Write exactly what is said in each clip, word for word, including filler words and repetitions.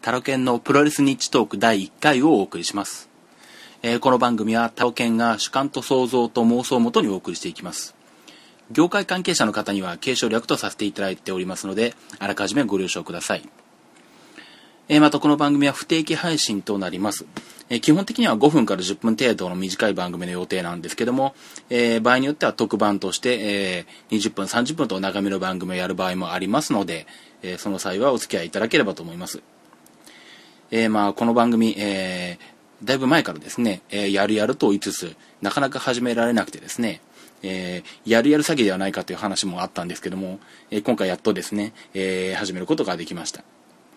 タロケンのプロレスニッチトークだいいっかいをお送りします。えー、この番組はタロケンが主観と想像と妄想をもとにお送りしていきます。業界関係者の方には継承略とさせていただいておりますので、あらかじめご了承ください。えー、またこの番組は不定期配信となります。えー、基本的にはごふんからじゅっぷん程度の短い番組の予定なんですけども、えー、場合によっては特番として、えー、にじゅっぷんさんじゅっぷんと長めの番組をやる場合もありますので、えー、その際はお付き合いいただければと思います。えー、まあこの番組、えー、だいぶ前からですね、えー、やるやると言いつつなかなか始められなくてですね、えー、やるやる詐欺ではないかという話もあったんですけども、えー、今回やっとですね、えー、始めることができました。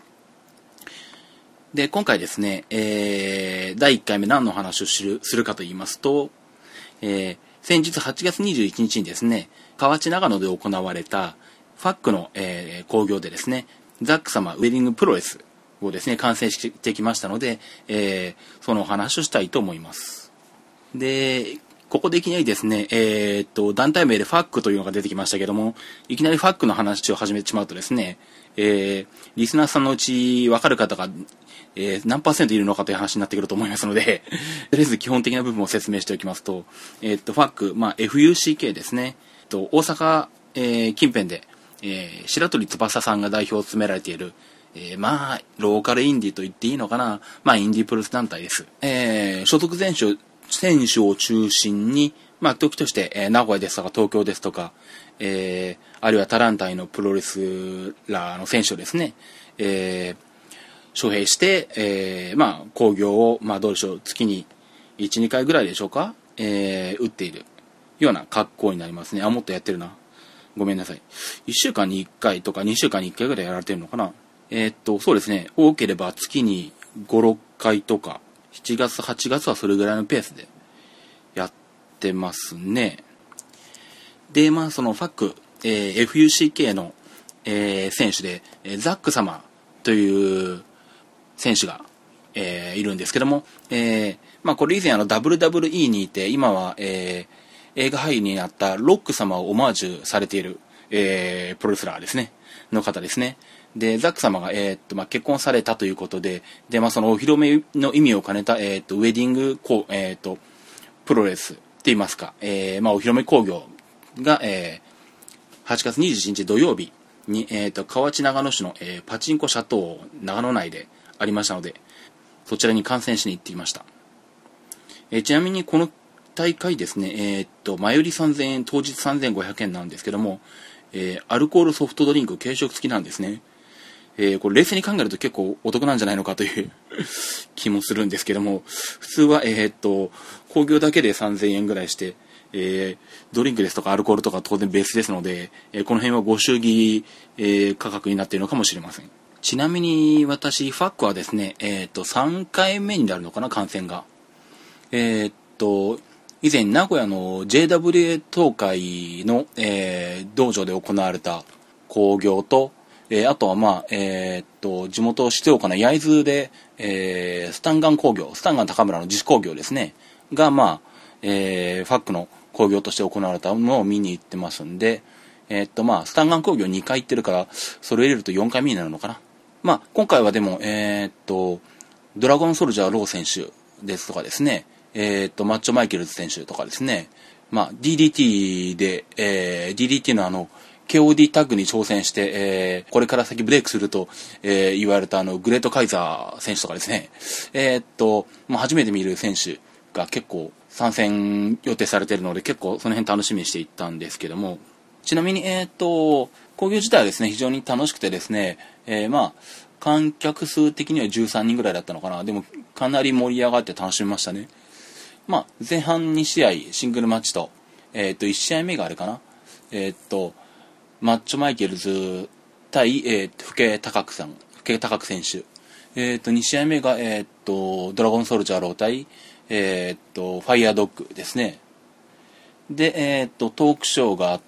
で、今回ですね、えー、だいいっかいめ何の話をする、するかと言いますと、えー、先日はちがつにじゅういちにちにですね、河内長野で行われたファックの、えー、興行でですね、ザック様ウェディングプロレスをですね、観戦してきましたので、えー、そのお話をしたいと思います。で、ここでいきなりですね、えー、っと、団体名でファックというのが出てきましたけども、いきなりファックの話を始めてしまうとですね、えー、リスナーさんのうち分かる方が、えー、何パーセントいるのかという話になってくると思いますので、とりあえず基本的な部分を説明しておきますと、えー、っと、ファック、まあ、エフユーシーケー ですね、えっと、大阪、えー、近辺で、えー、白鳥翼さんが代表を務められている、えー、まあ、ローカルインディーと言っていいのかな、まあ、インディープロレス団体です。えー、所属選手、選手を中心に、まあ、時として、えー、名古屋ですとか東京ですとか、えー、あるいは他団体のプロレスラーの選手をですね、えー、招聘して、えー、まあ、興行を、まあ、どうでしょう、月にいち、にかいぐらいでしょうか、えー、打っているような格好になりますね。あ、もっとやってるな。ごめんなさい。いっしゅうかんにいっかいとかにしゅうかんにいっかいぐらいやられてるのかな。えー、っと、そうですね。多ければ月にご、ろっかいとか、しちがつ、はちがつはそれぐらいのペースでやってますね。で、まあ、そのファック、えー、エフユーシーケー の、えー、選手で、えー、ザック様という選手が、えー、いるんですけども、えー、まあ、これ以前あの ダブリューダブリューイー にいて、今は、えー、映画俳優になったロック様をオマージュされている、えー、プロレスラーですね、の方ですね。で、ザック様が、えーっとまあ、結婚されたということで、で、まあ、そのお披露目の意味を兼ねた、えーっとウェディングこう、えーっとプロレスって言いますか、えーまあ、お披露目興行が、えー、はちがつにじゅういちにち土曜日に、えーっと河内長野市の、えー、パチンコシャトー長野内でありましたので、そちらに観戦しに行ってきました。えー、ちなみにこの大会ですね、えー、っと前売りさんぜんえん、当日さんぜんごひゃくえんなんですけども、えー、アルコールソフトドリンク軽食付きなんですね。えー、これ冷静に考えると結構お得なんじゃないのかという気もするんですけども、普通はえー、っと興行だけでさんぜんえんぐらいして、えー、ドリンクですとかアルコールとか当然ベースですので、えー、この辺はご祝儀、えー、価格になっているのかもしれません。ちなみに私ファックはですね、えー、っとさんかいめになるのかな、観戦が。えー、っと以前名古屋の ジェイダブリューエー 東海の、えー、道場で行われた興行と、えー、あとはまあ、えー、っと、地元静岡の焼津で、えー、スタンガン工業、スタンガン高村の自主工業ですね、がまあ、えー、ファックの工業として行われたのを見に行ってますんで、えー、っとまあ、スタンガン工業にかい行ってるから、それを入れるとよんかいめになるのかな。まあ、今回はでも、えー、っと、ドラゴンソルジャーロー選手ですとかですね、えー、っと、マッチョマイケルズ選手とかですね、まあ、ディーディーティー で、えー、ディーディーティー のあの、ケーオーディー タッグに挑戦して、えー、これから先ブレイクすると、えー、言われたあのグレートカイザー選手とかですね、えー、っと、まあ、初めて見る選手が結構参戦予定されているので、結構その辺楽しみにしていったんですけども、ちなみに、えー、っと、興行自体はですね、非常に楽しくてですね、えー、まあ、観客数的にはじゅうさんにんぐらいだったのかな。でも、かなり盛り上がって楽しみましたね。まあ、前半にしあいシングルマッチと、えー、っと、いち試合目があれかな。えー、っと、マッチョマイケルズ対、えー、福高久さん、福高久選手。えっと、に試合目が、えっと、ドラゴンソルジャーロー対、えっと、ファイヤードッグですね。で、えっと、トークショーがあって、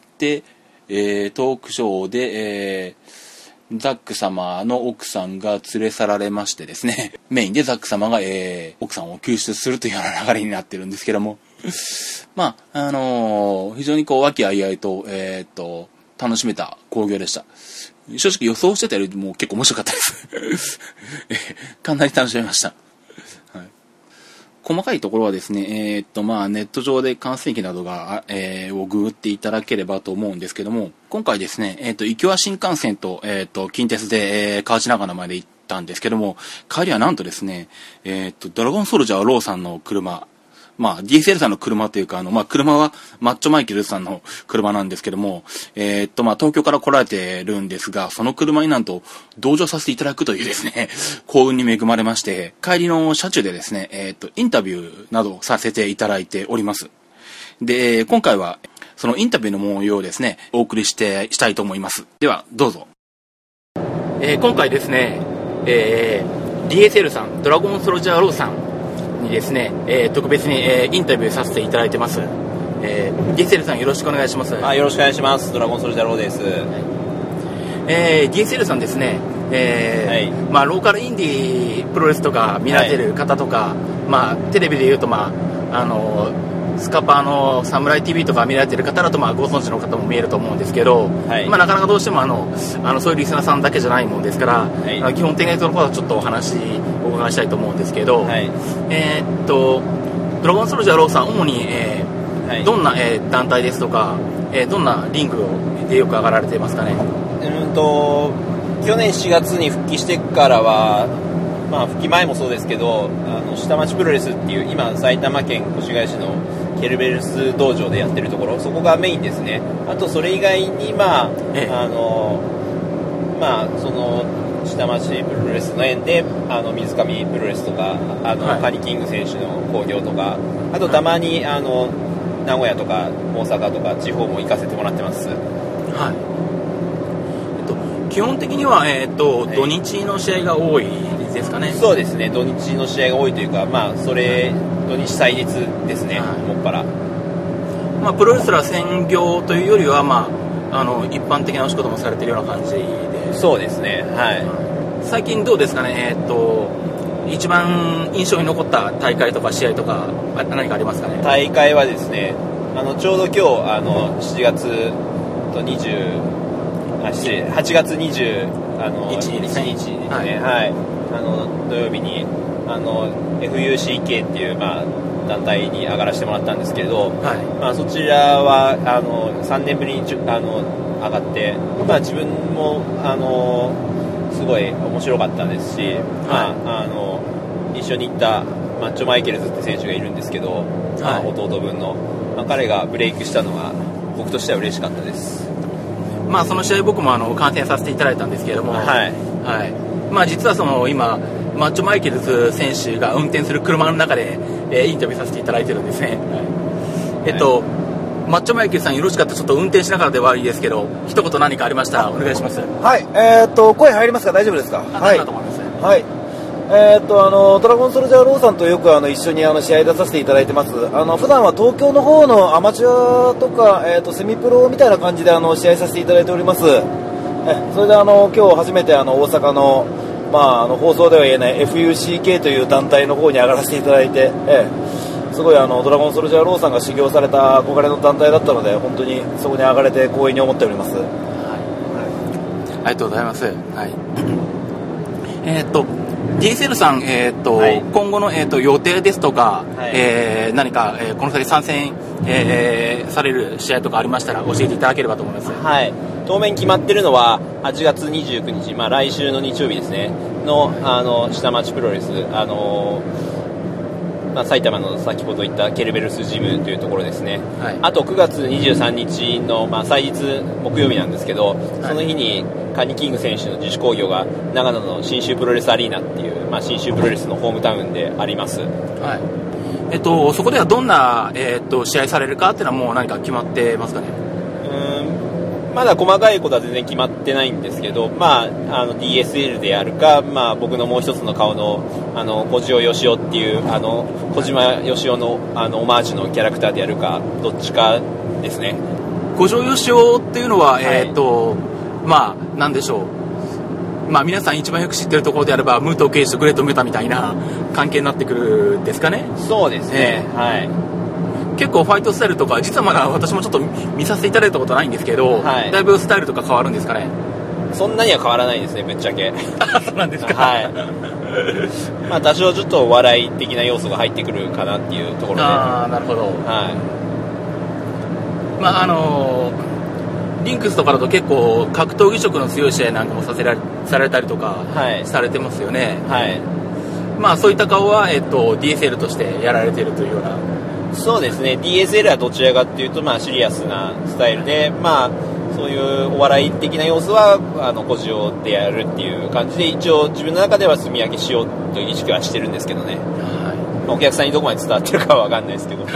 えー、トークショーで、えー、ザック様の奥さんが連れ去られましてですね、メインでザック様が、えー、奥さんを救出するというような流れになってるんですけども、まあ、あのー、非常にこう、和気あいあいと、えっと、楽しめた興行でした。 正直予想してたよりも結構面白かったですかなり楽しめました。はい、細かいところはですね、えー、っとまあネット上で観戦記などが、えー、をググっていただければと思うんですけども、今回ですね、えー、っと行きは新幹線と、えー、っと近鉄で、えー、河内長野まで行ったんですけども、帰りはなんとですね、えー、っとドラゴンソルジャーローさんの車、まあ ディーエスエル さんの車というか、あのまあ車はマッチョマイケルさんの車なんですけども、えー、っとまあ東京から来られてるんですが、その車になんと同乗させていただくというですね幸運に恵まれまして、帰りの車中でですね、えー、っとインタビューなどさせていただいております。で、今回はそのインタビューの模様をですねお送りしてしたいと思います。ではどうぞ。えー、今回ですね、えー、ディーエスエル さん、ドラゴンソルジャーローさんにですね、えー、特別に、えー、インタビューさせていただいてます。えー、ディーエスエル さんよろしくお願いします。 あ、よろしくお願いします。ドラゴンソルジャーローです。はい、 えー、ディーエスエル さんですね、えーはい、まあローカルインディープロレスとか見られてる方とか、はい、まあテレビでいうとまああのスカパーのサムライ ティーブイ とか見られてる方だとまあご存知の方も見えると思うんですけど、はい、まあなかなかどうしてもあのあのそういうリスナーさんだけじゃないもんですから、はい、あの基本的なところはちょっとお話お伺いしたいと思うんですけど、はい、えー、っとドラゴンソルジャーローさん主に、えーはい、どんな、えー、団体ですとか、えー、どんなリングでよく上がられてますかね。 うんと去年しがつに復帰してからは、まあ、復帰前もそうですけど、あの下町プロレスっていう今埼玉県越谷市のケルベルス道場でやってるところ、そこがメインですね。あとそれ以外にまあ、ええ、あのまあその下町プロレスの縁であの水上プロレスとかあの、はい、カニキング選手の興行とか、あとたまに、はい、あの名古屋とか大阪とか地方も行かせてもらってます。 はい。えっと基本的にはえー、っと、はい、土日の試合が多いですかね。 そうですね。土日の試合が多いというか、まあそれ土日祭日ですね。はい、もっぱら。 まあプロレスラー専業というよりはまああの一般的なお仕事もされているような感じで。 そうですね。はい。 最近どうですかね。えー、っと一番印象に残った大会とか試合とか何かありますかね。 大会はですね、あのちょうど今日あのしちがつとにじゅうあ失礼はちがつにじゅうあのいちにちですね。はい。はい、あの土曜日にあの エフユーシーケー っていうまあ団体に上がらせてもらったんですけれど、はい、まあそちらはあのさんねんぶりにあの上がって、まあ自分もあのすごい面白かったですし、はい、まああの一緒に行ったマッチョマイケルズって選手がいるんですけど、はい、まあ、弟分の、まあ、彼がブレイクしたのが僕としては嬉しかったです。 まあその試合僕もあの観戦させていただいたんですけれども、はい、はい、まあ実はその今マッチョマイケルズ選手が運転する車の中で、えー、インタビューさせていただいてるんですね。はい、えっと、はい、マッチョマイケルさんよろしかったらちょっと運転しながらで悪いですけど一言何かありましたらお願いします。 はい、えー、っと声入りますか、大丈夫ですか。 はい、だと思います。 はい、えー、っとあのドラゴンソルジャーローさんとよくあの一緒にあの試合出させていただいてます。あの普段は東京の方のアマチュアとか、えー、っとセミプロみたいな感じであの試合させていただいております。えそれであの今日初めてあの大阪の、まあ、あの放送では言えない エフユーシーケー という団体の方に上がらせていただいて、えー、すごいあのドラゴンソルジャーローさんが修行された憧れの団体だったので本当にそこに上がれて光栄に思っております。はい、はい、 ありがとうございます。はい、えー、っと ディーエスエル さん、えーっとはい、今後の、えーっと予定ですとか、はい、えー、何か、えー、この先参戦、えー、される試合とかありましたら教えていただければと思います。 はい、当面決まってるのははちがつにじゅうくにち、まあ、来週の日曜日ですねの、あの下町プロレス、あのまあ、埼玉の先ほど言ったケルベルスジムというところですね。はい、あとくがつにじゅうさんにちの、まあ、祭日木曜日なんですけど、その日にカニキング選手の自主興行が長野の信州プロレスアリーナっていう、まあ、信州プロレスのホームタウンであります。はい、 えっと、そこではどんな、えー、っと試合されるかっていうのはもう何か決まってますかね。 うーんまだ細かいことは全然決まってないんですけど、まあ、あの ディーエスエル でやるか、まあ、僕のもう一つの顔のあの小島よしおっていうあの小島よしおのあのオマージュのキャラクターでやるかどっちかですね。 小島よしおっていうのは、はい、えー、っとまあなんでしょう、まあ、皆さん一番よく知ってるところであれば武藤敬司とグレート・ムタみたいな関係になってくるんですかね。 そうですね、えー、はい。 結構ファイトスタイルとか実はまだ私もちょっと見させていただいたことないんですけど、はい、だいぶスタイルとか変わるんですかね。 そんなには変わらないですね、ぶっちゃけ。 そうなんですか。 はい。まあ多少ちょっとお笑い的な要素が入ってくるかなっていうところで。 ああ、なるほど。 はい。 まああのー、リンクスとかだと結構格闘技色の強い試合なんかもさせられされたりとかされてますよね。 はい。 まあそういった顔は、えっと、ディーエスエル としてやられているというような。 そうですね。ディーエスエル はどちらかっていうと、まあシリアスなスタイルで、まあそういうお笑い的な要素はあの小塩でやるっていう感じで、一応自分の中では住み分けしようという意識はしてるんですけどね。はい。まあ、お客さんにどこまで伝わってるかは分かんないですけど。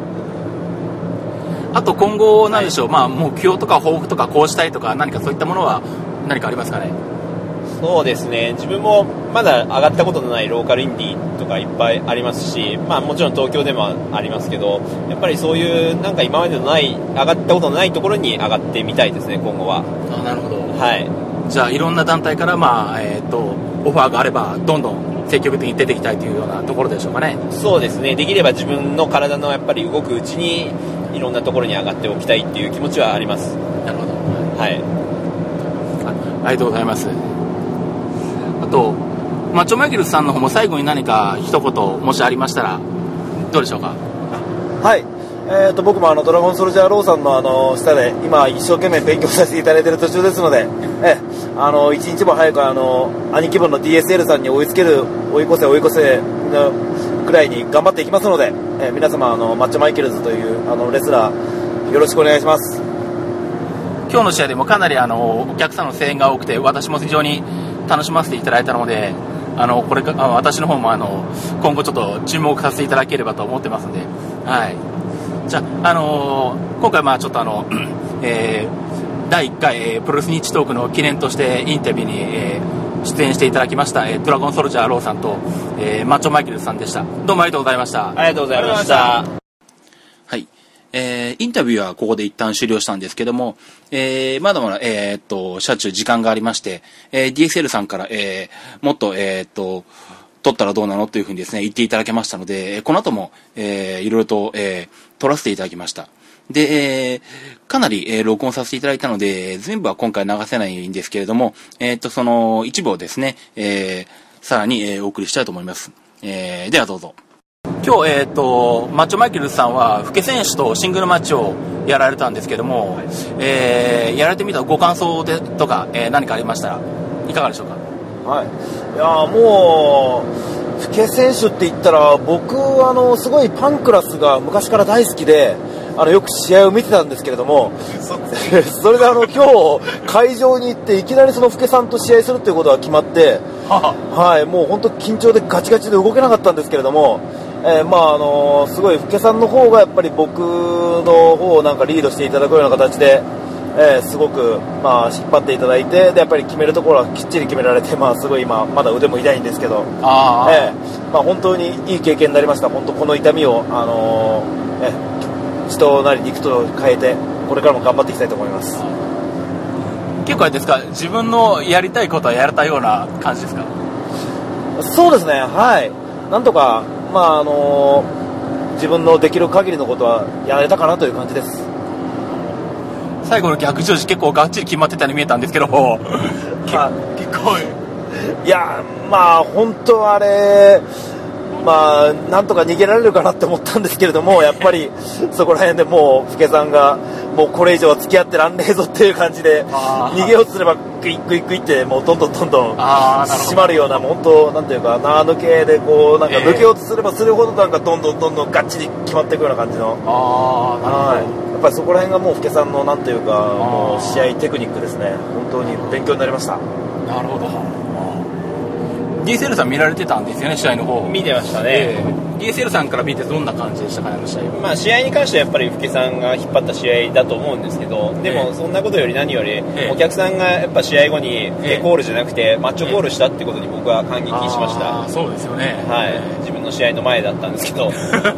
あと今後なんでしょう、はい、まあ目標とか抱負とかこうしたいとか何かそういったものは何かありますかね。 そうですね。自分もまだ上がったことのないローカルインディーとかいっぱいありますし、まあもちろん東京でもありますけど、やっぱりそういうなんか今までのない上がったことのないところに上がってみたいですね、今後は。 あ、なるほど。 はい。 じゃあいろんな団体からまあえっとオファーがあればどんどん積極的に出ていきたいというようなところでしょうかね。 そうですね。できれば自分の体のやっぱり動くうちにいろんなところに上がっておきたいっていう気持ちはあります。 なるほど。 はい。 あ、ありがとうございます。あとマッチョマイケルさんの方も最後に何か一言もしありましたらどうでしょうか。 はい。えー、と僕もあのドラゴンソルジャーローさんのあの下で今一生懸命勉強させていただいている途中ですので、えあの一日も早くあの兄貴分の ディーエスエル さんに追いつける追い越せ追い越せのくらいに頑張っていきますので、えー、皆様あのマッチョマイケルズというあのレスラーよろしくお願いします。 今日の試合でもかなりあのお客さんの声援が多くて私も非常に楽しませていただいたので、あのこれか私の方もあの今後ちょっと注目させていただければと思ってますので、はい。じゃあ、あのー、今回まあちょっとあの、えー、だいいっかい、えー、プロレスニッチトークの記念としてインタビューに、えー、出演していただきました、えー、ドラゴンソルジャーローさんと、えー、マッチョマイケルさんでした。どうもありがとうございました。 ありがとうございました。 はい。えー、インタビューはここで一旦終了したんですけども、えー、まだまだ、えー、っと、車中時間がありまして、えー、ディーエスエル さんから、えー、もっと、えー、っと、撮ったらどうなのというふうにですね、言っていただけましたので、この後も、えー、いろいろと、えー、撮らせていただきました。で、えー、かなり、えー、録音させていただいたので、全部は今回流せないんですけれども、えー、っと、その一部をですね、えー、さらに、えー、お送りしたいと思います。えー、ではどうぞ。今日、えー、っと、マッチョマイケルさんは、フケ選手とシングルマッチをやられたんですけども、えー、やられてみたご感想でとか、えー、何かありましたら、いかがでしょうか。 はい、いやもうフケ選手って言ったら僕あのすごいパンクラスが昔から大好きであのよく試合を見てたんですけれどもそれであの今日会場に行っていきなりそのフケさんと試合するっていうことが決まってはい、もう本当緊張でガチガチで動けなかったんですけれども、えー、まああのすごいフケさんの方がやっぱり僕の方をなんかリードしていただくような形でえー、すごく、まあ、引っ張っていただいてでやっぱり決めるところはきっちり決められて、まあ、すごい今まだ腕も痛いんですけどあ、えーまあ、本当にいい経験になりました。本当この痛みを、あのーえー、人なり肉と変えてこれからも頑張っていきたいと思います。 結構あれですか、自分のやりたいことはやれたような感じですか。 そうですね、はい、なんとか、まああのー、自分のできる限りのことはやれたかなという感じです。 最後の逆上司結構がっちり決まってたように見えたんですけども結構いやまあ本当あれまあなんとか逃げられるかなって思ったんですけれどもやっぱりそこら辺でもうフケさんがもうこれ以上付き合ってらんねえぞっていう感じで逃げようとすればグイグイグイってもうどんどんどんどん締まるような本当なんていうか縄抜けでこうなんか抜けようとすればするほどなんかどんどんどんどんがっちり決まっていくような感じのあなるほど。やっぱりそこら辺がもうフケさんのなんていうかもう試合テクニックですね。本当に勉強になりました。 なるほど。ディーエスエル さん見られてたんですよね、試合の方。 見てましたね、 えー、ディーエスエル さんから見てどんな感じでしたかね、あの試合は。 まあ、試合に関してはやっぱりフケさんが引っ張った試合だと思うんですけど、でもそんなことより何より、えー、お客さんがやっぱ試合後にフケコールじゃなくてマッチョコールしたってことに僕は感激しました。 あ、そうですよね、 はい、自分の試合の前だったんですけど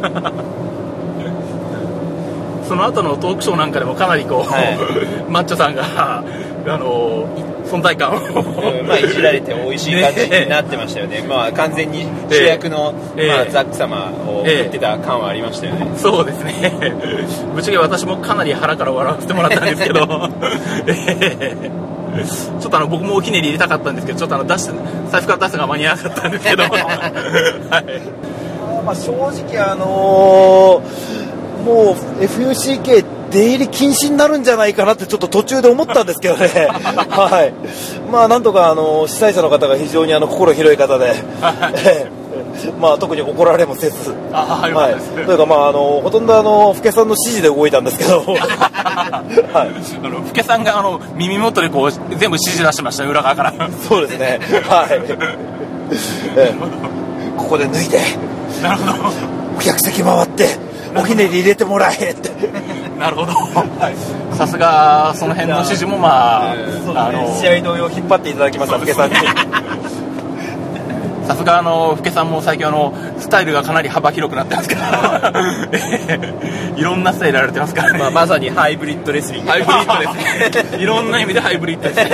その後のトークショーなんかでもかなりこう、はい、マッチョさんがあの存在感を、 うん、まあ、いじられて美味しい感じになってましたよね。まあ、完全に主役の、えーまあ、ザック様を振ってた感はありましたよね。 えー、そうですねぶっちゃけ私もかなり腹から笑わせてもらったんですけどちょっとあの僕もおひねり入れたかったんですけど、ちょっとあの出して財布から出すのが間に合わなかったんですけど、はい、 まあ正直あのー、もう エフユーシーケー 出入り禁止になるんじゃないかなってちょっと途中で思ったんですけどねはい、まあなんとかあの主催者の方が非常にあの心広い方でまあ特に怒られもせず、 ああ、よかったです。 はい、というかまああのほとんどあの福家さんの指示で動いたんですけど、はい、 あの福家さんがあの耳元でこう全部指示出してました、裏側から。 そうですね。はい。ええ、ここで脱いで。 なるほど。 お客席回っておひねり入れてもらえって。 なるほど。さすがその辺の指示もまあ、 えー、あの試合同様引っ張っていただきました、福家さんに。 さすがあの福家さんも最近あのスタイルがかなり幅広くなってますからいろんなスタイルやられてますからね、 まあ、まさにハイブリッドレスリング。 ハイブリッドですねいろんな意味でハイブリッドですね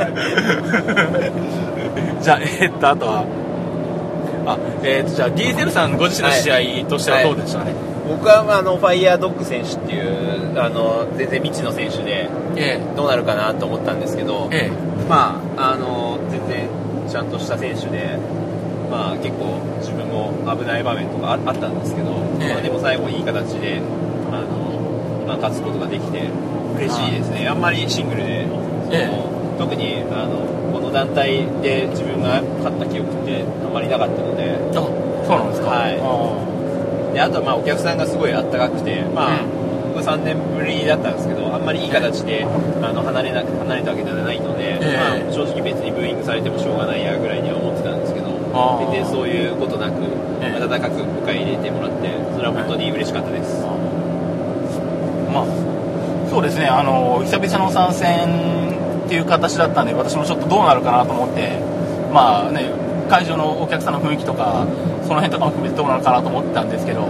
じゃあえー、っとあとはあ、えー、っとじゃあディーゼルさんご自身の試合としてはどうでしたかね。はいはい、 僕はあのファイヤードッグ選手っていうあの全然未知の選手で、えー、どうなるかなと思ったんですけど、えー、まああの全然ちゃんとした選手で、まあ、結構自分も危ない場面とかあったんですけど、えーまあ、でも最後いい形であの、まあ、勝つことができて嬉しいですね。あんまりシングルで、えー、特にあのこの団体で自分が勝った記憶ってあんまりなかったので。 あ、そうなんですか。 はい。であとはまあお客さんがすごいあったかくて、まあうん、僕さんねんぶりだったんですけど、あんまりいい形であの離れな離れたわけではないので、えーまあ、正直別にブーイングされてもしょうがないやぐらいには思ってたんですけど、全然そういうことなく、えー、温かく迎え入れてもらって、それは本当に嬉しかったです。 まあ、そうですね、あの久々の参戦っていう形だったんで、私もちょっとどうなるかなと思って、まあね、会場のお客さんの雰囲気とかその辺とかも含めてどうなのかなと思ってたんですけど、うん、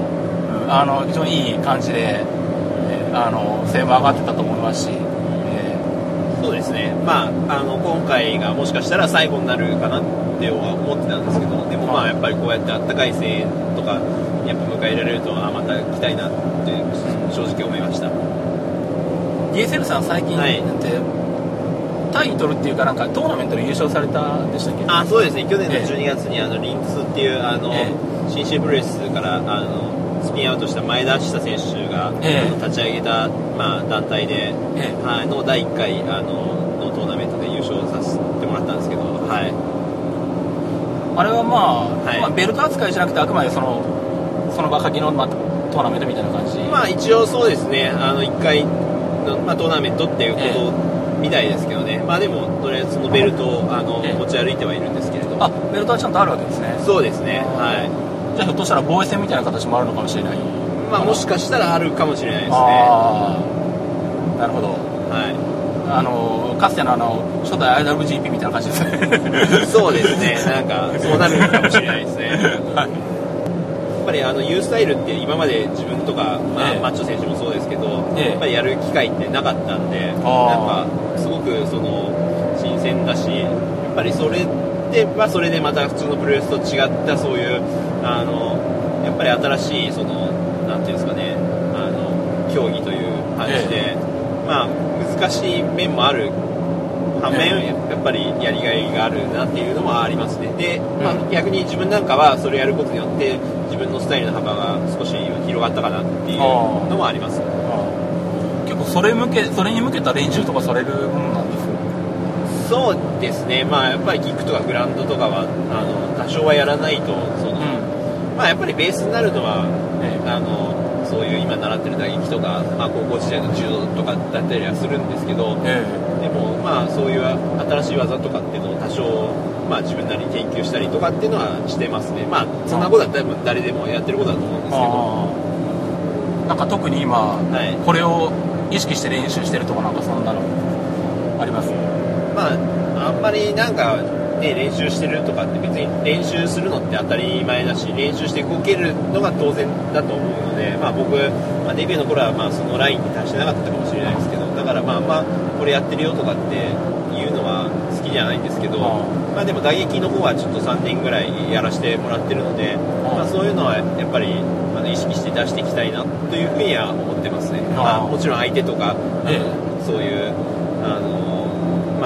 あの非常にいい感じで、えー、あの声援も上がってたと思いますし、えー、そうですね、まあ、あの今回がもしかしたら最後になるかなっては思ってたんですけど、でもまあやっぱりこうやってあったかい声援とかやっぱ迎えられると、あまた来たいなって正直思いました。 ディーエスエル さん最近なんて、えータイトルっていうかなんかトーナメントで優勝されたんでしたっけ。 あ、そうですね、去年のじゅうにがつにあのリンクスっていうあの、ええ、新シープロレスからあのスピンアウトした前田久選手が、ええ、立ち上げた、まあ、団体で、ええ、はい、のだいいっかいあののトーナメントで優勝させてもらったんですけど、はい、 あれは、まあはいまあ、ベルト扱いじゃなくてあくまでそのその場限りの、まあ、トーナメントみたいな感じ。 まあ一応そうですね、あのいっかいの、まあ、トーナメントっていうこと、ええみたいですけどね、まあでもとりあえずそのベルトをあの、ええ、持ち歩いてはいるんですけれども。 あ、ベルトはちゃんとあるわけですね。 そうですね、はい。 じゃあひょっとしたら防衛戦みたいな形もあるのかもしれない。 まあもしかしたらあるかもしれないですね。 ああ、なるほど。 はい。 あのかつてのあの初代 アイダブリュージーピー みたいな感じですね。 そうですね、なんかそうなるかもしれないですね。はい。やっぱりあの U スタイルって今まで自分とか、まあええ、マッチョ選手もそうですけど、ええ、やっぱりやる機会ってなかったんで、なんかすごくその新鮮だし、やっぱりそれではそれでまた普通のプロレスと違ったそういうあのやっぱり新しいそのなんていうんですかね、あの競技という感じで、ええ、まあ難しい面もある反面、やっぱりやりがいがあるなっていうのはありますね。で、まあ、逆に自分なんかはそれをやることによって自分のスタイルの幅が少し広がったかなっていうのもあります。 結構それ向けそれに向けた練習とかされるものなんですか。 そうですね、まあやっぱりキックとかグラウンドとかはあの多少はやらないとその、うん、まあやっぱりベースになるのは、ええ、あのそういう今習ってる打撃とか、まあ、高校時代の柔道とかだったりはするんですけど、ええ、でもまあそういう新しい技とかっていうのを多少、まあ、自分なりに研究したりとかっていうのはしてますね。まあそんなことは誰でもやってることだと思うんですけど、 なんか特に今、はい、これを意識して練習してるとかなんかそんなのあります？ まああんまりなんかね、練習してるとかって別に練習するのって当たり前だし、練習して動けるのが当然だと思うので、まあ、僕、まあ、デビューの頃はまあそのラインに達してなかったかもしれないですけど、だからまあまあこれやってるよとかっていうのは好きじゃないんですけど、まあ、でも打撃の方はちょっとさんねんぐらいやらせてもらってるので、まあ、そういうのはやっぱりあの意識して出していきたいなというふうには思ってますね。まあ、もちろん相手とか、ええ、そういうあのまあ、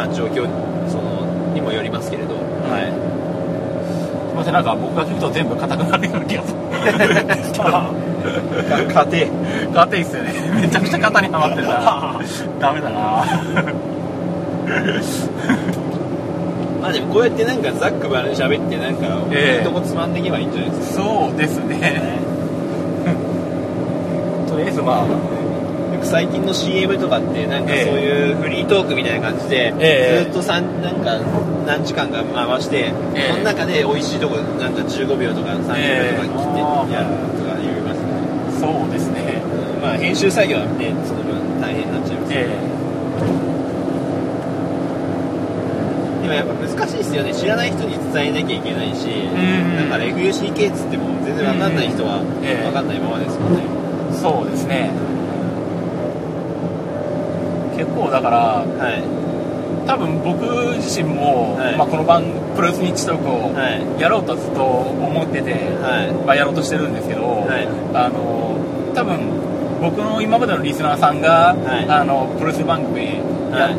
あ状況そのにもよりますけれど、はい。 すみません、なんか僕が聞くと全部硬くなるような気がする家庭家庭っすよね。めちゃくちゃ型にはまってるなダメだなまあでもこうやってなんかざっくばらんに喋ってなんかいいとこつまんでいけばいいんじゃないですか、 そうですねとりあえずまあ最近の シーエム とかってなんかそういうフリートークみたいな感じで、えー、ずっとさんなんか何時間か回して、えー、その中で美味しいとこなんかじゅうごびょうとかさんじゅうびょうとか切ってやるとか言いますね、 えー、そうですね、 うん、まあ編集作業はねその分大変になっちゃいます、ね、えー、でもやっぱ難しいですよね。知らない人に伝えなきゃいけないし、だから エフユーシーケー っつっても全然分かんない人は分かんないままですもんね、 えー、そうですね。結構だから、はい、多分僕自身も、はい、まあ、この番プロレスニッチトークをやろうとずっと思ってて、はい、まあ、やろうとしてるんですけど、はい、あの多分僕の今までのリスナーさんが、はい、あのプロレス番組や、はい、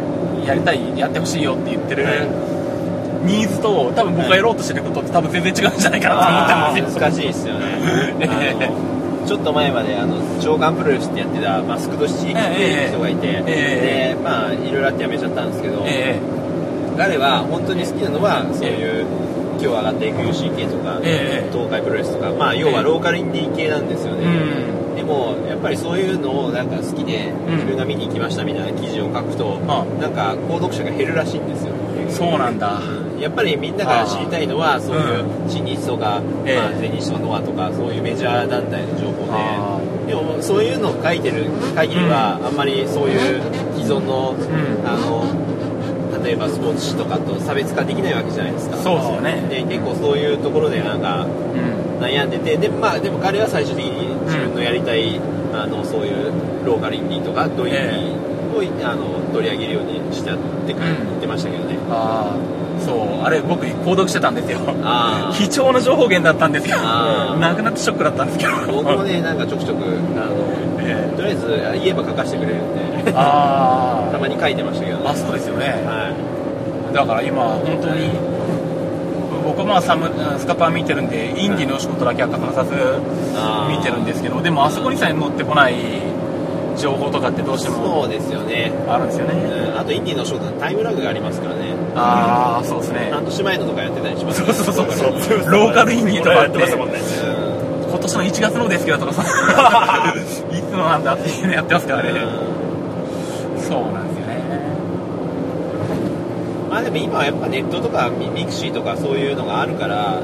やりたいやってほしいよって言ってる、はい、ニーズと多分僕がやろうとしてることって多分全然違うんじゃないかなと思ってますよ。 難しいですよねちょっと前まであの長官プロレスってやってたマスクドシティっていう人がいて、えーえー、でまあいろいろあってやめちゃったんですけど、えー、彼は本当に好きなのはそういう、えー、今日上がった エフユーシーケー とか、えー、東海プロレスとか、まあ要はローカルインディー系なんですよね、えー、でもやっぱりそういうのをなんか好きで自分が見に行きましたみたいな記事を書くと、うん、なんか購読者が減るらしいんですよ。 そうなんだ。 やっぱりみんなが知りたいのはそういう新日とか、うん、まあ、全日とかノアとかそういうメジャー団体の情報で、でもそういうのを書いてる限りは、うん、あんまりそういう既存の、うん、あの例えばスポーツ紙とかと差別化できないわけじゃないですか。 そうですよね。 で結構そういうところでなんか、うん、悩んでて、で、まあ、でも彼は最終的に自分のやりたい、うん、あのそういうローカルインディーとかドインディーを、えー、あの取り上げるようにしてって言ってましたけどね、うん、 あそうあれ僕購読してたんですよ。あ貴重な情報源だったんですよ。なくなってショックだったんですけど僕もねなんかちょくちょくあの、えー、とりあえず言えば書かせてくれるんであたまに書いてましたけどね。 あそうですよね、はい、だから今本当に僕はまあサムスカパー見てるんでインディの仕事だけは欠かさず見てるんですけど、でもあそこにさえ載ってこない情報とかってどうしてもそうですよねあるんですよね、 うん、あとインディのショートはタイムラグがありますからね。 ああそうですね。 半年前のとかやってたりします、 ね、そうそうそうそうローカルインディーとかやってましたもんね、うん、今年のいちがつのですけどとかさいつのなんだっていうのやってますからね、うん、そうなんですよね。 まあでも今はやっぱネットとかミクシーとかそういうのがあるから、うん、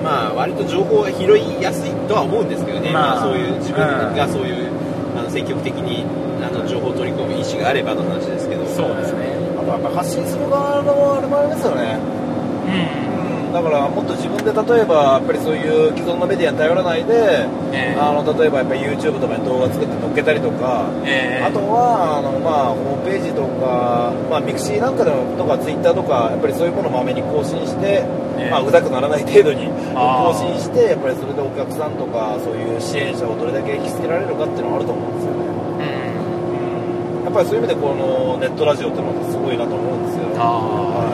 まあ割と情報が拾いやすいとは思うんですけどね、まあ、まあそういう自分がそういう、うん、あの積極的にあの情報を取り込む意思があればの話ですけど。 そうですね。 あとやっぱ発信する側のあれもありますよね、うん、だからもっと自分で例えばやっぱりそういう既存のメディアに頼らないで、えー、あの例えばやっぱり YouTube とかに動画作って載っけたりとか、えー、あとはあの、まあ、ホームページとか、まあ、ミクシーなんかでもとか Twitter とかやっぱりそういうものをまめに更新して、えーまあ、うざくならない程度に更新してやっぱりそれでお客さんとかそういう支援者をどれだけ引きつけられるかっていうのがあると思うんですよね。やっぱりそういう意味でこのネットラジオってのはすごいなと思うんですよ。あ、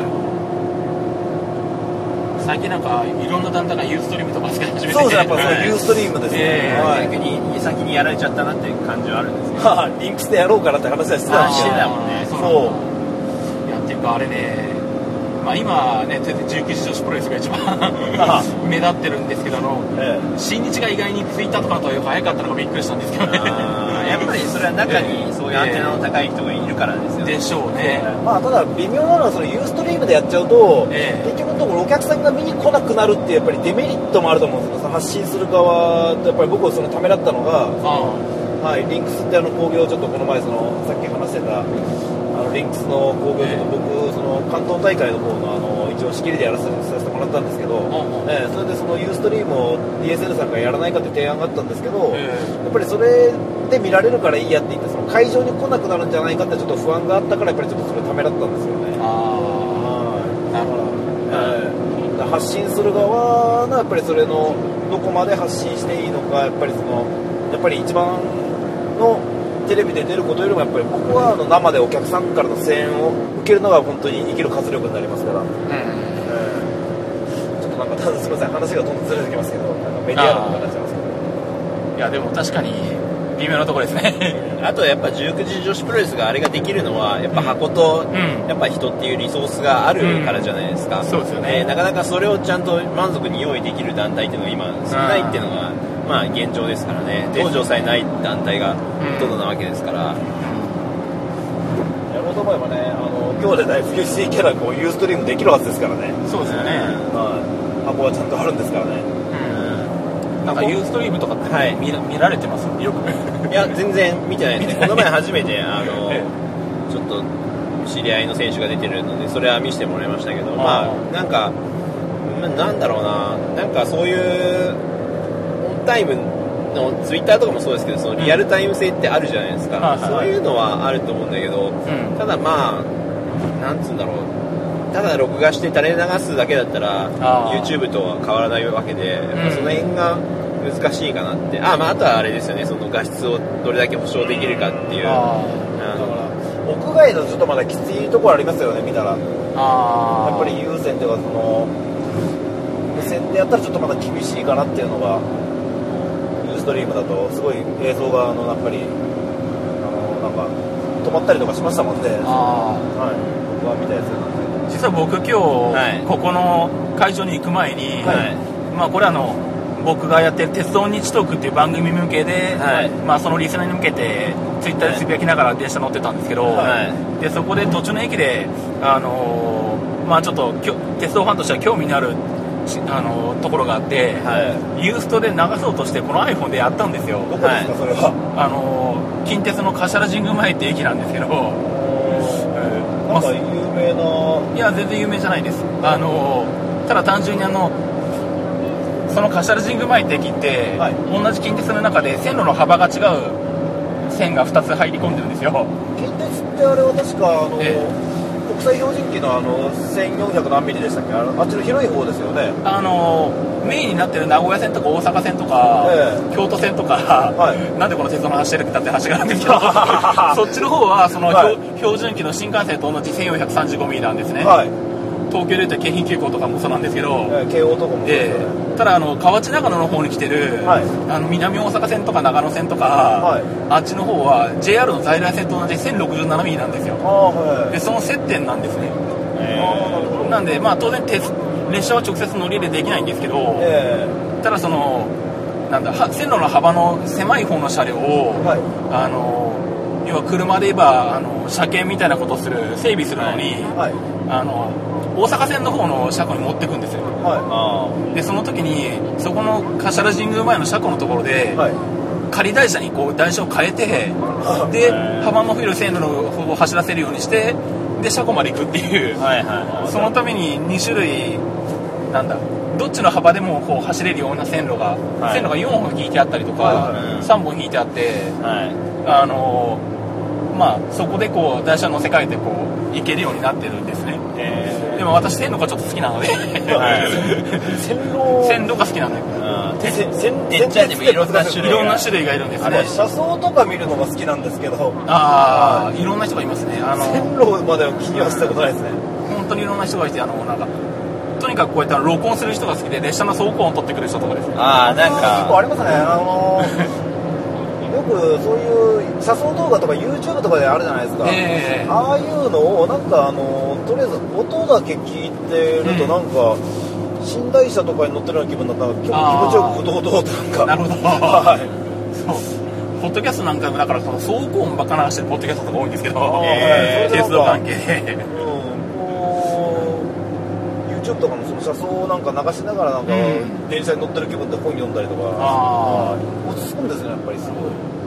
はい、最近なんかいろんな団体がユーストリームとか使い始めてそうですね、やっぱそうユーストリームですね、 えーはい、逆に先にやられちゃったなっていう感じはあるんですけど、 はあ、リンクスでやろうかなって話はしてたんですけど、 してたもんね。 そういやっていうかあれね、まあ、今ねじゅうきゅうじ女子プロレスが一番目立ってるんですけどの、ええ、新日が意外にツイッターとかと早かったのがびっくりしたんですけどね。 やっぱりそれは中にそういうアンテナの高い人がいるからですよね。 でしょうね。 まあ、ただ微妙なのはそのユーストリームでやっちゃうと、ええ、結局のところお客さんが見に来なくなるっていうやっぱりデメリットもあると思うんですよ。発信する側とやっぱり僕はそのためらったのが、はい、リンクスってあの興行ちょっとこの前そのさっき話してたあのリンクスの興行ちょっと僕その関東大会の方のあの一応仕切りでやらせてもらったんですけど、えー、それでそのユーストリームを ディーエスエル さんがやらないかって提案があったんですけど、やっぱりそれで見られるからいいやって言ってその会場に来なくなるんじゃないかってちょっと不安があったからやっぱりちょっとそれためらったんですよね。ああ、なるほど。えー、発信する側のやっぱりそれのどこまで発信していいのかやっぱりそのやっぱり一番のテレビで出ることよりもやっぱり僕はあの生でお客さんからの声援を受けるのが本当に生きる活力になりますから、うんえー、ちょっとなんかすみません話がどんどんずれてきますけどなんかメディアの形なんですけどいやでも確かに微妙なところですねあとやっぱじゅうくじ女子プロレスがあれができるのはやっぱ箱と、うん、やっぱ人っていうリソースがあるからじゃないですか、 うん、そうですよね、 えー、なかなかそれをちゃんと満足に用意できる団体っていうのが今少ないっていうのが、まあ現状ですからね。道場さえない団体がほとんどなわけですから、うん、やろうと思えばねあの今日でだいぶ ユーシー キャラこうユーストリームできるはずですからね。 そうですよね、 はい、箱はちゃんとあるんですからね、 うん、なんかユーストリームとかって、はい、見, 見られてますよくいや全然見てないですねこの前初めてあのちょっと知り合いの選手が出てるのでそれは見せてもらいましたけど、まあなんかなんだろうななんかそういうオンタイムのツイッターとかもそうですけどそのリアルタイム性ってあるじゃないですか、うん、そういうのはあると思うんだけど、うん、ただまあなんつうんだろうただ録画して垂れ流すだけだったら YouTube とは変わらないわけでやっぱその辺が難しいかなってあ、まあ、あとはあれですよねその画質をどれだけ保証できるかっていうあの屋外のちょっとまだきついところありますよね見たらあやっぱり有線というかその無線でやったらちょっとまだ厳しいかなっていうのがユーストリームだとすごい映像があのやっぱりあのなんか止まったりとかしましたもんねあ、はい、僕は見たやつなんで実は僕今日、はい、ここの会場に行く前に、はいまあ、これあの僕がやってる鉄道日トークっていう番組向けで、はいまあ、そのリスナーに向けてツイッターでつぶやきながら電車乗ってたんですけど、はい、でそこで途中の駅で、あのーまあ、ちょっと鉄道ファンとしては興味のある、あのー、ところがあって、はい、ユーストで流そうとしてこの iPhone でやったんですよ。 どこですか、はい、それはあのー、近鉄の柏原神宮前って駅なんですけど、 なんか有名な、 いや全然有名じゃないです。あのー、ただ単純にあのその柏原神宮前って駅って、はい、同じ近鉄の中で線路の幅が違う線がふたつ入り込んでるんですよ。 近鉄ってあれは確かあの、えー、国際標準機のあのせんよんひゃく何ミリでしたっけ あ, あっちの広い方ですよね。 あのメインになってる名古屋線とか大阪線とか、えー、京都線とか、はい、なんでこの鉄道の話してるかって話があるんですけどそっちの方はその、はい、標準機の新幹線と同じせんよんひゃくさんじゅうごミリなんですね、はい東京でいうと京浜急行とかもそうなんですけど、 えー、京王とかもそうですよね、 えー、ただあの河内長野の方に来てる、はい、あの南大阪線とか長野線とか、はい、あっちの方は ジェイアール の在来線と同じせんろくじゅうななミリなんですよ。あ、はい、でその接点なんですね。えー、なんでまあ当然鉄列車は直接乗り入れできないんですけど、えー、ただそのなんだ線路の幅の狭い方の車両を、はい、あの要は車で言えばあの車検みたいなことをする整備するのに、はいはい、あの大阪線の方の車庫に持っていくんですよ、はい、でその時にそこの柏原神宮前の車庫のところで、はい、仮台車にこう台車を変えてで幅の広い線路の方を走らせるようにしてで車庫まで行くっていう、はいはいはい、そのためにに種類なんだどっちの幅でもこう走れるような線路が、はい、線路がよんほん引いてあったりとか、はい、さんぼん引いてあって、はい、あのまあそこでこう台車乗せ替えてこう行けるようになってるんですね。でも私線路がちょっと好きなので、はい、線路線路が好きなんだよ。 電車にもいろんな種類いろんな種類がいるんですね。 車窓とか見るのが好きなんですけど、 ああいろんな人がいますね。あの線路までは気にはしたことないですね。 本当にいろんな人がいてあのなんかとにかくこうやって録音する人が好きで列車の走行音を取ってくる人とかですね。 ああなんか結構ありますね。あのよくそういう車窓動画とか YouTube とかであるじゃないですか、えー、ああいうのをなんかあのとりあえず音だけ聞いてるとなんか、うん、寝台車とかに乗ってるような気分だったら結構気持ちよくドドドとなんかなるほど、はい、そうポッドキャストなんかもだからその走行音ばっか流してるポッドキャストとか多いんですけど、えー、鉄道関係で、うん、 YouTube とかのその車窓をなんか流しながらなんか、うん、電車に乗ってる気分で本読んだりとかあ落ち着くんですねやっぱりすごい。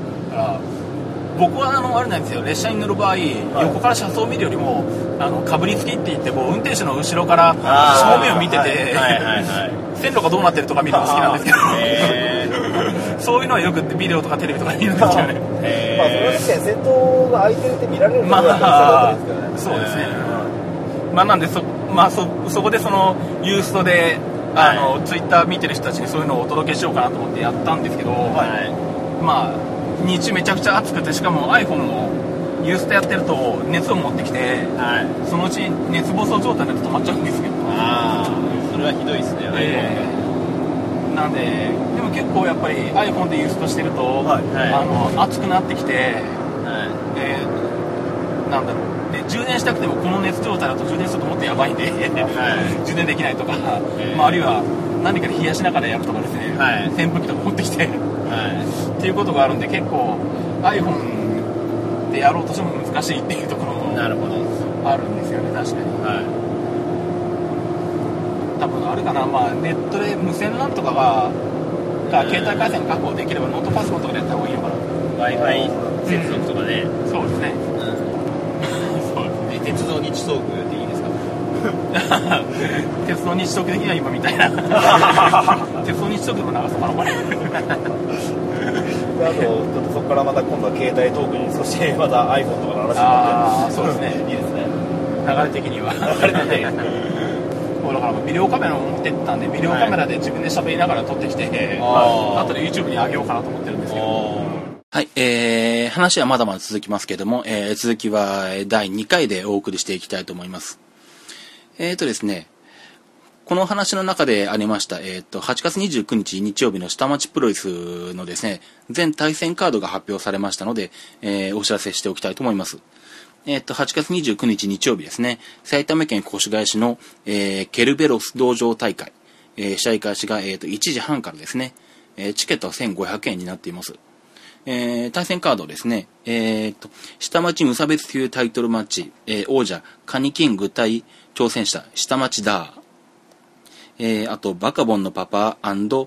僕はあのあれなんですよ列車に乗る場合、はい、横から車窓を見るよりもあのかぶりつきって言ってこう運転手の後ろから正面を見てて、はいはいはいはい、線路がどうなってるとか見るの好きなんですけどそういうのはよくビデオとかテレビとかで見るんですよね。 まあその時点先頭が空いてるって見られるのがまあそうですね。まあなんでそまあそそこでそのユーストであの、はい、ツイッター見てる人たちにそういうのをお届けしようかなと思ってやったんですけど、はい、まあ日中めちゃくちゃ暑くて、しかも iPhone もユーストやってると熱を持ってきて、はい、そのうち熱暴走状態になって止まっちゃうんですけど。 ああ、それはひどいですね、 えー、なんで、でも結構やっぱり iPhone でユーストしてると、はいはい、あの暑くなってきて、はいえー、なんだろうで充電したくてもこの熱状態だと充電するともっとやばいんで、はい、充電できないとか、えーまあ、あるいは何かで冷やしながらやるとかですね、はい、扇風機とか持ってきて、はい、っていうことがあるんで結構 iPhone でやろうとしても難しいっていうところもあるんですよね、確かに、はい、多分あれかな、まあ、ネットで無線 ラン とかがが携帯回線確保できればノートパソコンとかでやった方がいいのかな。 Wi-Fi 接続とかね、 うん、そうですね、 うん、鉄道日遭遇でいいですか？ 鉄道日遭遇的には今みたいな鉄道日遭遇でも長そうかなこれあとちょっとそこからまた今度は携帯トークに、そしてまた iPhone とかの話になって、 ああそうですねいいですね、 流れ的には流れ的にだからビデオカメラも持ってったんで、ビデオカメラで自分で喋りながら撮ってきて、はい、後で YouTube に上げようかなと思ってるんですけど。はい、えー、話はまだまだ続きますけども、えー、続きはだいにかいでお送りしていきたいと思います。えーとですね、この話の中でありました、えーと、はちがつにじゅうくにち日曜日の下町プロレスのですね、全対戦カードが発表されましたので、えー、お知らせしておきたいと思います。えっと、はちがつにじゅうくにち日曜日ですね、埼玉県越谷市の、えー、ケルベロス道場大会、えー、試合開始が、えー、といちじはんからですね、えー、チケットはせんごひゃくえんになっています。えー、対戦カードですね、えー、と下町無差別級タイトルマッチ、えー、王者カニキング対挑戦者下町ダー、えー、あとバカボンのパパ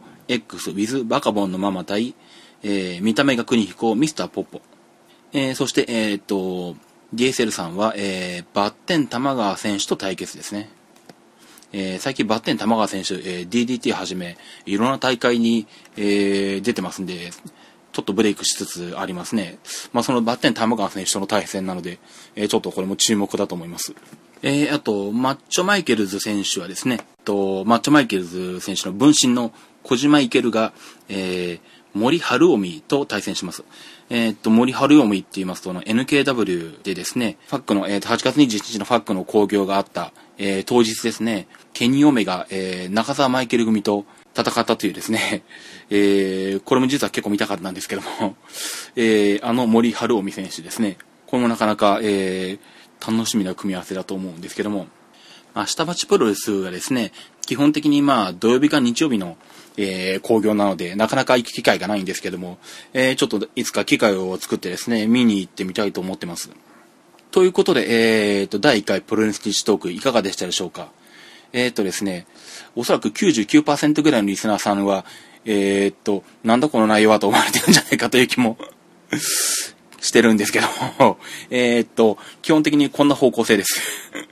&X with バカボンのママ対、えー、見た目が国彦ミスターポッポ、えー、そしてえっ、ー、とディーエスエル さんは、えー、バッテン玉川選手と対決ですね。えー、最近バッテン玉川選手、えー、ディーディーティー はじめいろんな大会に、えー、出てますんで、ちょっとブレイクしつつありますね。まあそのバッテン玉川選手との対戦なので、えー、ちょっとこれも注目だと思います。えー、あとマッチョマイケルズ選手はですね、とマッチョマイケルズ選手の分身の小島イケルが、えー、森春臣と対戦します。えー、っと、森春臣って言いますと、エヌケーダブリュー でですね、ファックの、えー、っとはちがつにじゅういちにちのファックの興行があった、えー、当日ですね、ケニー・オメガ、えー、中澤マイケル組と戦ったというですね、えー、これも実は結構見たかったんですけども、えー、あの森春臣選手ですね、これもなかなか、えー、楽しみな組み合わせだと思うんですけども、まあ、下町プロレスはですね、基本的にまあ土曜日か日曜日のえー、興行なのでなかなか行く機会がないんですけども、えー、ちょっといつか機会を作ってですね見に行ってみたいと思ってます。ということで、えー、とだいいっかいプロレスニッチトークいかがでしたでしょうか。えー、とですねおそらく きゅうじゅうきゅうパーセント ぐらいのリスナーさんはえー、となんだこの内容はと思われてるんじゃないかという気もしてるんですけどもえー、と基本的にこんな方向性です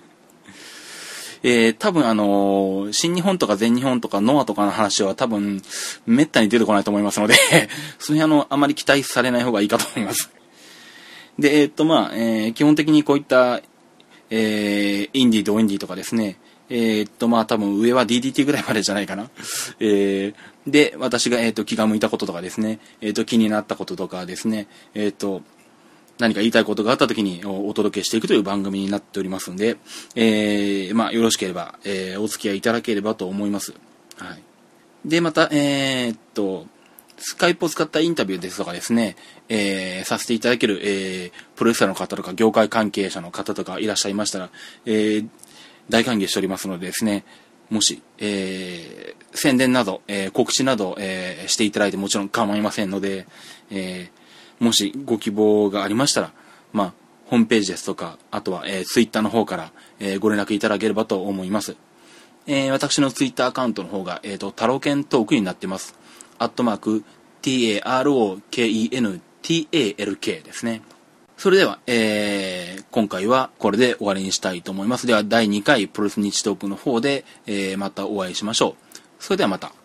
えー、多分あのー、新日本とか全日本とかノアとかの話は多分めったに出てこないと思いますのでその辺あのあまり期待されない方がいいかと思いますでえー、っとまあ、えー、基本的にこういった、えー、インディーとインディーとかですねえー、っとまあ多分上は ディーディーティー ぐらいまでじゃないかな、えー、で私が、えー、っと気が向いたこととかですね、えー、っと気になったこととかですねえー、っと何か言いたいことがあった時にお届けしていくという番組になっておりますので、えー、まあよろしければ、えー、お付き合いいただければと思います。はい。で、また、えー、っと、スカイプを使ったインタビューですとかですね、えー、させていただける、えー、プロレスラーの方とか業界関係者の方とかいらっしゃいましたら、えー、大歓迎しておりますのでですね、もし、えー、宣伝など、えー、告知など、えー、していただいてもちろん構いませんので、えーもしご希望がありましたら、まあ、ホームページですとか、あとは、えー、ツイッターの方から、えー、ご連絡いただければと思います。えー、私のツイッターアカウントの方が、えーと、タロケントークになってます。アットマーク、ティーエーアールオーケーイーエヌティーエーエルケー ですね。それでは、えー、今回はこれで終わりにしたいと思います。では、だいにかいプロレス日トークの方で、えー、またお会いしましょう。それではまた。